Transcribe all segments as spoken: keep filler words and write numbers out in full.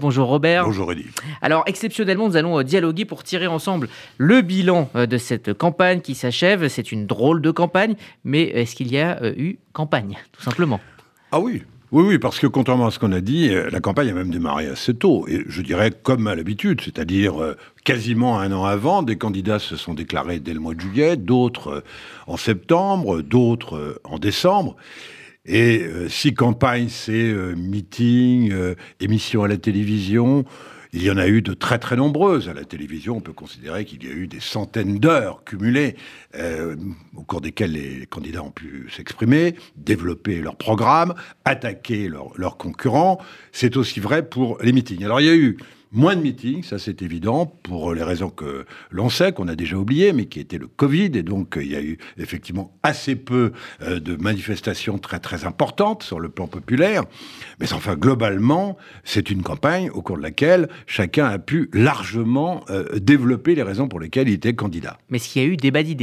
bonjour Robert. Bonjour Eddy. Alors exceptionnellement, nous allons dialoguer pour tirer ensemble le bilan de cette campagne qui s'achève. C'est une drôle de campagne, mais est-ce qu'il y a eu campagne, tout simplement ? Ah oui Oui, oui, parce que contrairement à ce qu'on a dit, la campagne a même démarré assez tôt. Et je dirais comme à l'habitude, c'est-à-dire euh, quasiment un an avant, des candidats se sont déclarés dès le mois de juillet, d'autres euh, en septembre, d'autres euh, en décembre. Et euh, si campagne, c'est euh, meeting, euh, émissions à la télévision, il y en a eu de très très nombreuses. À la télévision, on peut considérer qu'il y a eu des centaines d'heures cumulées euh, au cours desquelles les candidats ont pu s'exprimer, développer leur programme, attaquer leurs leur concurrents. C'est aussi vrai pour les meetings. Alors il y a eu moins de meetings, ça c'est évident, pour les raisons que l'on sait, qu'on a déjà oubliées, mais qui étaient le Covid, et donc il y a eu effectivement assez peu euh, de manifestations très très importantes sur le plan populaire. Mais enfin, globalement, c'est une campagne au cours de laquelle chacun a pu largement euh, développer les raisons pour lesquelles il était candidat. Mais est-ce qu'il y a eu débat d'idées ?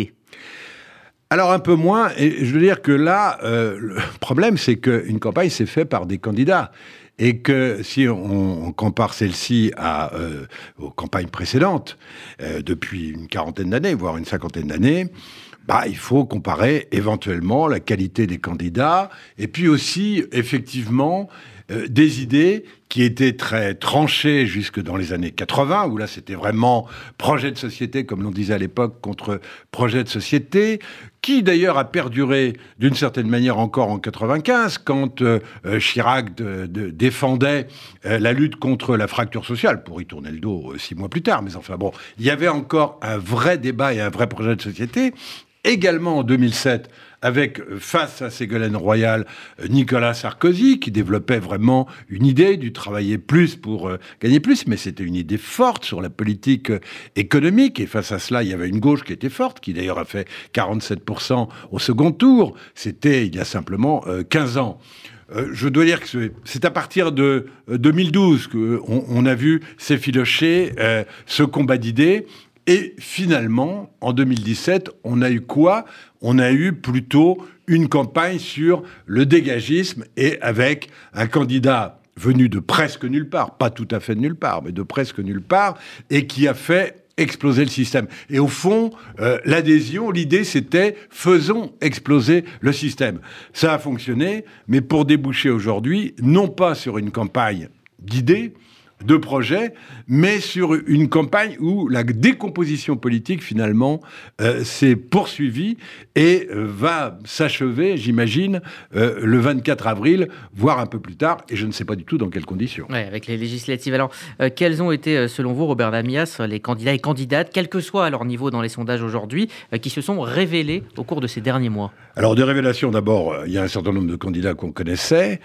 Alors un peu moins, et je veux dire que là, euh, le problème c'est qu'une campagne s'est faite par des candidats. Et que si on, on compare celle-ci à, euh, aux campagnes précédentes, euh, depuis une quarantaine d'années, voire une cinquantaine d'années, bah, il faut comparer éventuellement la qualité des candidats et puis aussi, effectivement, euh, des idées qui étaient très tranchées jusque dans les années quatre-vingts, où là, c'était vraiment projet de société, comme l'on disait à l'époque, contre projet de société, qui d'ailleurs a perduré d'une certaine manière encore en quatre-vingt-quinze, quand euh, Chirac de, de, défendait euh, la lutte contre la fracture sociale, pour y tourner le dos euh, six mois plus tard. Mais enfin bon, il y avait encore un vrai débat et un vrai projet de société. Également en deux mille sept, avec, face à Ségolène Royal, Nicolas Sarkozy, qui développait vraiment une idée du travailler plus pour euh, gagner plus, mais c'était une idée forte sur la politique euh, économique, et face à cela, il y avait une gauche qui était forte, qui d'ailleurs a fait quarante-sept pour cent au second tour. C'était il y a simplement euh, quinze ans. Euh, je dois dire que c'est à partir de euh, deux mille douze qu'on on a vu s'effilocher euh, ce combat d'idées. Et finalement, en deux mille dix-sept, on a eu quoi ? On a eu plutôt une campagne sur le dégagisme et avec un candidat venu de presque nulle part, pas tout à fait de nulle part, mais de presque nulle part, et qui a fait exploser le système. Et au fond, euh, l'adhésion, l'idée, c'était faisons exploser le système. Ça a fonctionné, mais pour déboucher aujourd'hui, non pas sur une campagne d'idées, de projets, mais sur une campagne où la décomposition politique, finalement, euh, s'est poursuivie et euh, va s'achever, j'imagine, euh, le vingt-quatre avril, voire un peu plus tard, et je ne sais pas du tout dans quelles conditions. Oui, avec les législatives. Alors, euh, quels ont été, selon vous, Robert Lamias, les candidats et candidates, quel que soit leur niveau dans les sondages aujourd'hui, euh, qui se sont révélés au cours de ces derniers mois ? Alors, des révélations, d'abord, il y a un certain nombre de candidats qu'on connaissait.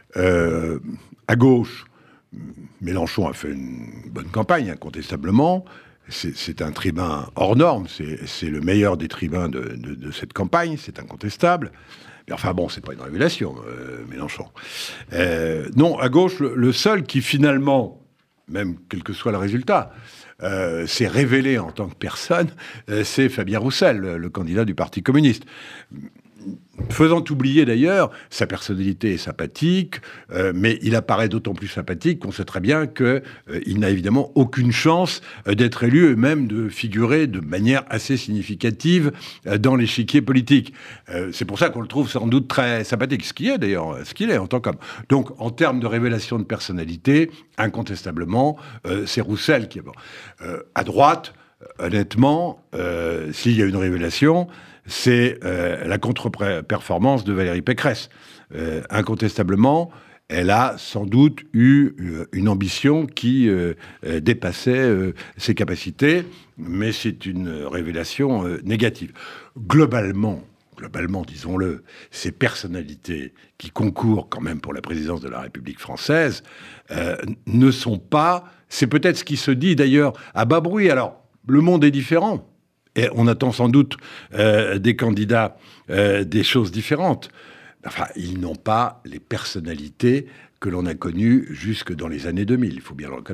Euh, à gauche, Mélenchon a fait une bonne campagne, incontestablement. C'est, c'est un tribun hors norme. C'est, c'est le meilleur des tribuns de, de, de cette campagne. C'est incontestable. Mais enfin bon, c'est pas une révélation, euh, Mélenchon. Euh, non, à gauche, le, le seul qui finalement, même quel que soit le résultat, euh, s'est révélé en tant que personne, euh, c'est Fabien Roussel, le, le candidat du Parti communiste. Faisant oublier d'ailleurs, sa personnalité est sympathique, euh, mais il apparaît d'autant plus sympathique qu'on sait très bien qu'il euh, n'a évidemment aucune chance euh, d'être élu et même de figurer de manière assez significative euh, dans l'échiquier politique. Euh, c'est pour ça qu'on le trouve sans doute très sympathique, ce qu'il est d'ailleurs, ce qu'il est en tant qu'homme. Donc en termes de révélation de personnalité, incontestablement, euh, c'est Roussel qui est bon. Euh, à droite, honnêtement, euh, s'il y a une révélation, c'est euh, la contre-performance de Valérie Pécresse. Euh, incontestablement, elle a sans doute eu euh, une ambition qui euh, euh, dépassait euh, ses capacités, mais c'est une révélation euh, négative. Globalement, globalement, disons-le, ces personnalités qui concourent quand même pour la présidence de la République française euh, ne sont pas... C'est peut-être ce qui se dit d'ailleurs à bas bruit. Alors, le monde est différent. Et on attend sans doute euh, des candidats euh, des choses différentes. Enfin, ils n'ont pas les personnalités que l'on a connues jusque dans les années deux mille, il faut bien le reconnaître.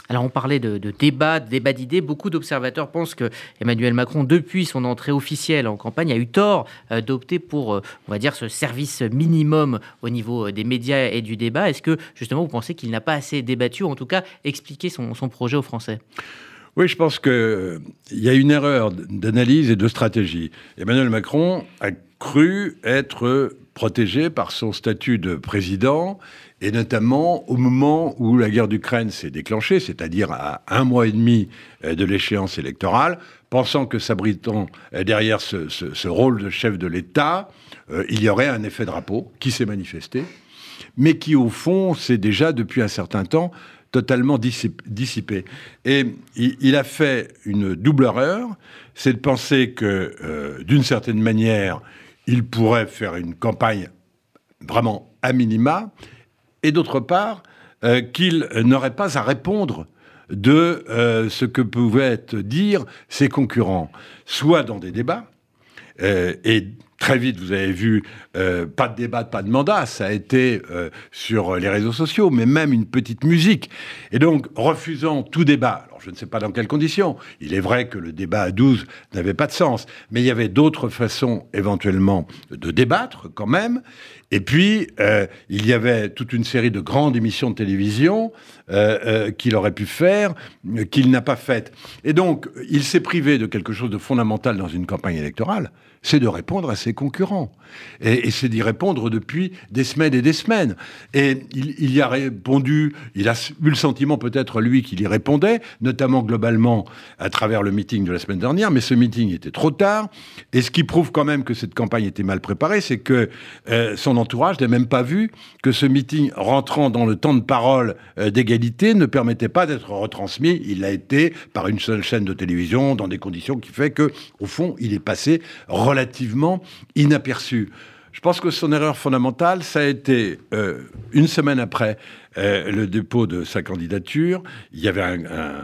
Alors on parlait de, de débat, de débat d'idées. Beaucoup d'observateurs pensent que Emmanuel Macron, depuis son entrée officielle en campagne, a eu tort euh, d'opter pour, euh, on va dire, ce service minimum au niveau des médias et du débat. Est-ce que justement vous pensez qu'il n'a pas assez débattu, ou en tout cas expliqué son, son projet aux Français ? Oui, je pense qu'il euh, y a une erreur d'analyse et de stratégie. Emmanuel Macron a cru être protégé par son statut de président, et notamment au moment où la guerre d'Ukraine s'est déclenchée, c'est-à-dire à un mois et demi de l'échéance électorale, pensant que s'abritant derrière ce, ce, ce rôle de chef de l'État, euh, il y aurait un effet drapeau qui s'est manifesté, mais qui, au fond, s'est déjà, depuis un certain temps, totalement dissipé. Et il, il a fait une double erreur, c'est de penser que, euh, d'une certaine manière, il pourrait faire une campagne vraiment à minima, et d'autre part, euh, qu'il n'aurait pas à répondre de euh, ce que pouvaient dire ses concurrents, soit dans des débats, euh, et très vite, vous avez vu, euh, pas de débat, pas de mandat, ça a été euh, sur les réseaux sociaux, mais même une petite musique. Et donc, refusant tout débat, alors je ne sais pas dans quelles conditions, il est vrai que le débat à douze n'avait pas de sens, mais il y avait d'autres façons éventuellement de débattre quand même. Et puis, euh, il y avait toute une série de grandes émissions de télévision euh, euh, qu'il aurait pu faire, euh, qu'il n'a pas faites. Et donc, il s'est privé de quelque chose de fondamental dans une campagne électorale, c'est de répondre à ses concurrents. Et, et c'est d'y répondre depuis des semaines et des semaines. Et il, il y a répondu, il a eu le sentiment peut-être, lui, qu'il y répondait, notamment globalement à travers le meeting de la semaine dernière, mais ce meeting était trop tard. Et ce qui prouve quand même que cette campagne était mal préparée, c'est que euh, son entourage n'a même pas vu que ce meeting, rentrant dans le temps de parole euh, d'égalité, ne permettait pas d'être retransmis. Il l'a été par une seule chaîne de télévision, dans des conditions qui fait que, au fond, il est passé relativement inaperçu. Je pense que son erreur fondamentale, ça a été, euh, une semaine après euh, le dépôt de sa candidature, il y avait un, un,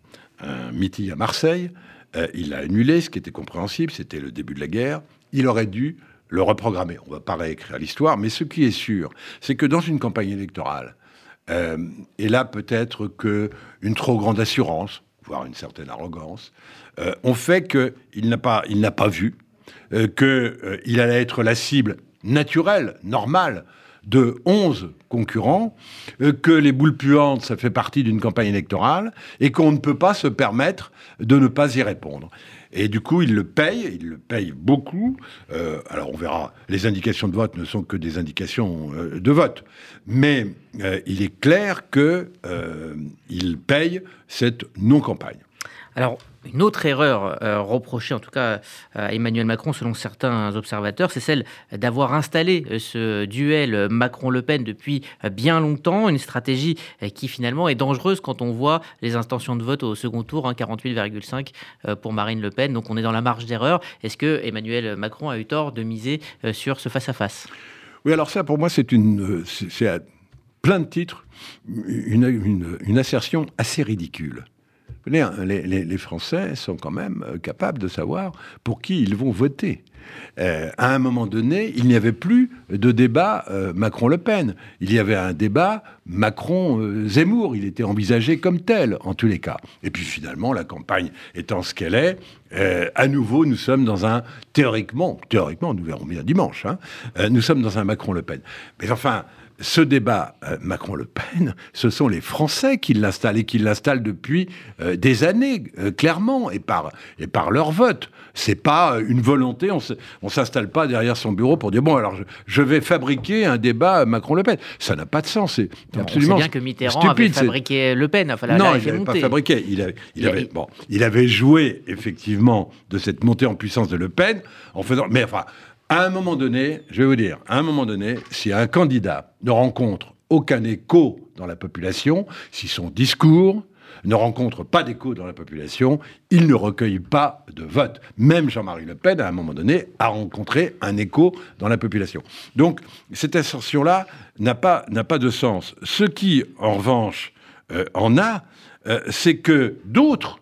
un meeting à Marseille, euh, il l'a annulé, ce qui était compréhensible, c'était le début de la guerre, il aurait dû le reprogrammer. On ne va pas réécrire l'histoire, mais ce qui est sûr, c'est que dans une campagne électorale, euh, et là peut-être qu'une trop grande assurance, voire une certaine arrogance, euh, ont fait qu'il n'a pas, il n'a pas vu euh, qu'il euh, allait être la cible naturelle, normale, de onze concurrents, euh, que les boules puantes, ça fait partie d'une campagne électorale, et qu'on ne peut pas se permettre de ne pas y répondre. Et du coup, il le paye, il le paye beaucoup. Euh, alors, on verra, les indications de vote ne sont que des indications euh, de vote. Mais euh, il est clair qu'il euh, paye cette non-campagne. Alors, une autre erreur euh, reprochée, en tout cas, à Emmanuel Macron, selon certains observateurs, c'est celle d'avoir installé euh, ce duel Macron-Le Pen depuis euh, bien longtemps. Une stratégie euh, qui, finalement, est dangereuse quand on voit les intentions de vote au second tour, hein, quarante-huit virgule cinq euh, pour Marine Le Pen. Donc, on est dans la marge d'erreur. Est-ce que Emmanuel Macron a eu tort de miser euh, sur ce face-à-face ? Oui, alors ça, pour moi, c'est une... C'est, c'est à plein de titres une, une, une assertion assez ridicule. Les, les, les Français sont quand même capables de savoir pour qui ils vont voter. Euh, à un moment donné, il n'y avait plus de débat euh, Macron-Le Pen. Il y avait un débat Macron-Zemmour. Euh, il était envisagé comme tel, en tous les cas. Et puis finalement, la campagne étant ce qu'elle est, euh, à nouveau, nous sommes dans un... Théoriquement, théoriquement, nous verrons bien dimanche, hein, euh, nous sommes dans un Macron-Le Pen. Mais enfin... Ce débat euh, Macron-Le Pen, ce sont les Français qui l'installent et qui l'installent depuis euh, des années, euh, clairement, et par, et par leur vote. C'est pas une volonté, on ne s'installe pas derrière son bureau pour dire « bon, alors je, je vais fabriquer un débat Macron-Le Pen ». Ça n'a pas de sens, c'est non, absolument on sait bien que Mitterrand stupide, avait fabriqué c'est... Le Pen. Enfin, là, non, là, il n'avait monter. pas fabriqué. Il avait, il, il, avait, il... Bon, il avait joué, effectivement, de cette montée en puissance de Le Pen, en faisant... Mais enfin... À un moment donné, je vais vous dire, à un moment donné, si un candidat ne rencontre aucun écho dans la population, si son discours ne rencontre pas d'écho dans la population, il ne recueille pas de vote. Même Jean-Marie Le Pen, à un moment donné, a rencontré un écho dans la population. Donc, cette assertion-là n'a pas, n'a pas de sens. Ce qui, en revanche, euh, en a, euh, c'est que d'autres,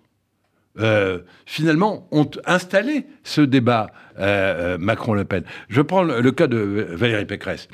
Euh, finalement, ont installé ce débat euh, Macron-Le Pen. Je prends le, le cas de Valérie Pécresse,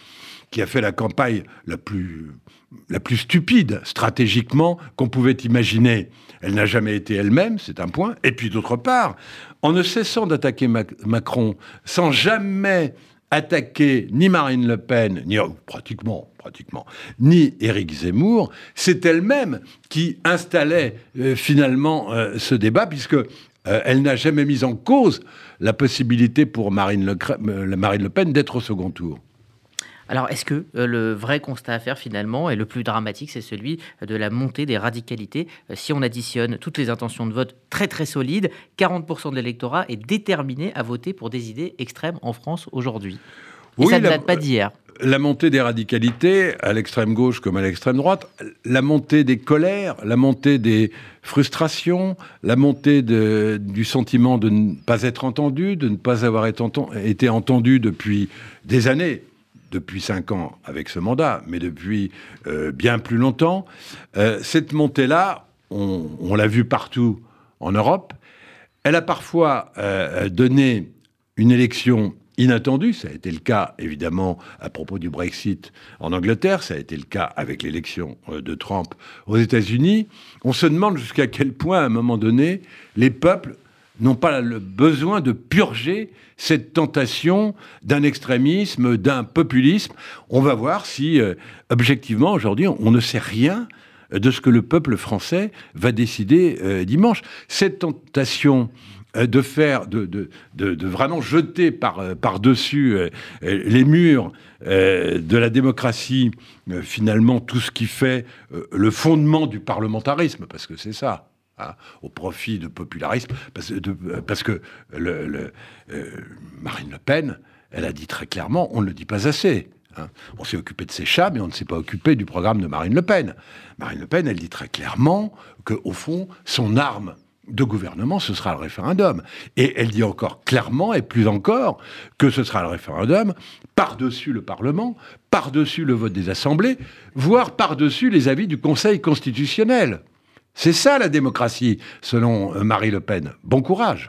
qui a fait la campagne la plus, la plus stupide stratégiquement qu'on pouvait imaginer. Elle n'a jamais été elle-même, c'est un point. Et puis d'autre part, en ne cessant d'attaquer Mac- Macron, sans jamais attaquer ni Marine Le Pen, ni oh, pratiquement, pratiquement, ni Éric Zemmour, c'est elle-même qui installait euh, finalement euh, ce débat, puisque euh, elle n'a jamais mis en cause la possibilité pour Marine Le, euh, Marine Le Pen d'être au second tour. Alors, est-ce que euh, le vrai constat à faire finalement, et le plus dramatique, c'est celui de la montée des radicalités? Euh, Si on additionne toutes les intentions de vote très très solides, quarante pour cent de l'électorat est déterminé à voter pour des idées extrêmes en France aujourd'hui. Et Oui, ça ne la- date pas d'hier. La montée des radicalités, à l'extrême gauche comme à l'extrême droite, la montée des colères, la montée des frustrations, la montée de- du sentiment de ne pas être entendu, de ne pas avoir été enten- été entendu depuis des années, depuis cinq ans avec ce mandat, mais depuis euh, bien plus longtemps. Euh, cette montée-là, on, on l'a vu partout en Europe. Elle a parfois euh, donné une élection inattendue. Ça a été le cas, évidemment, à propos du Brexit en Angleterre. Ça a été le cas avec l'élection euh, de Trump aux États-Unis. On se demande jusqu'à quel point, à un moment donné, les peuples n'ont pas le besoin de purger cette tentation d'un extrémisme, d'un populisme. On va voir si, euh, objectivement, aujourd'hui, on, on ne sait rien de ce que le peuple français va décider euh, dimanche. Cette tentation euh, de faire, de, de, de, de vraiment jeter par, euh, par-dessus euh, euh, les murs euh, de la démocratie, euh, finalement, tout ce qui fait euh, le fondement du parlementarisme, parce que c'est ça. Hein, au profit de popularisme, parce, de, parce que le, le, euh, Marine Le Pen, elle a dit très clairement, on ne le dit pas assez. Hein. On s'est occupé de ses chats, mais on ne s'est pas occupé du programme de Marine Le Pen. Marine Le Pen, elle dit très clairement qu'au fond, son arme de gouvernement, ce sera le référendum. Et elle dit encore clairement, et plus encore, que ce sera le référendum par-dessus le Parlement, par-dessus le vote des assemblées, voire par-dessus les avis du Conseil constitutionnel. C'est ça la démocratie, selon Marie Le Pen. Bon courage.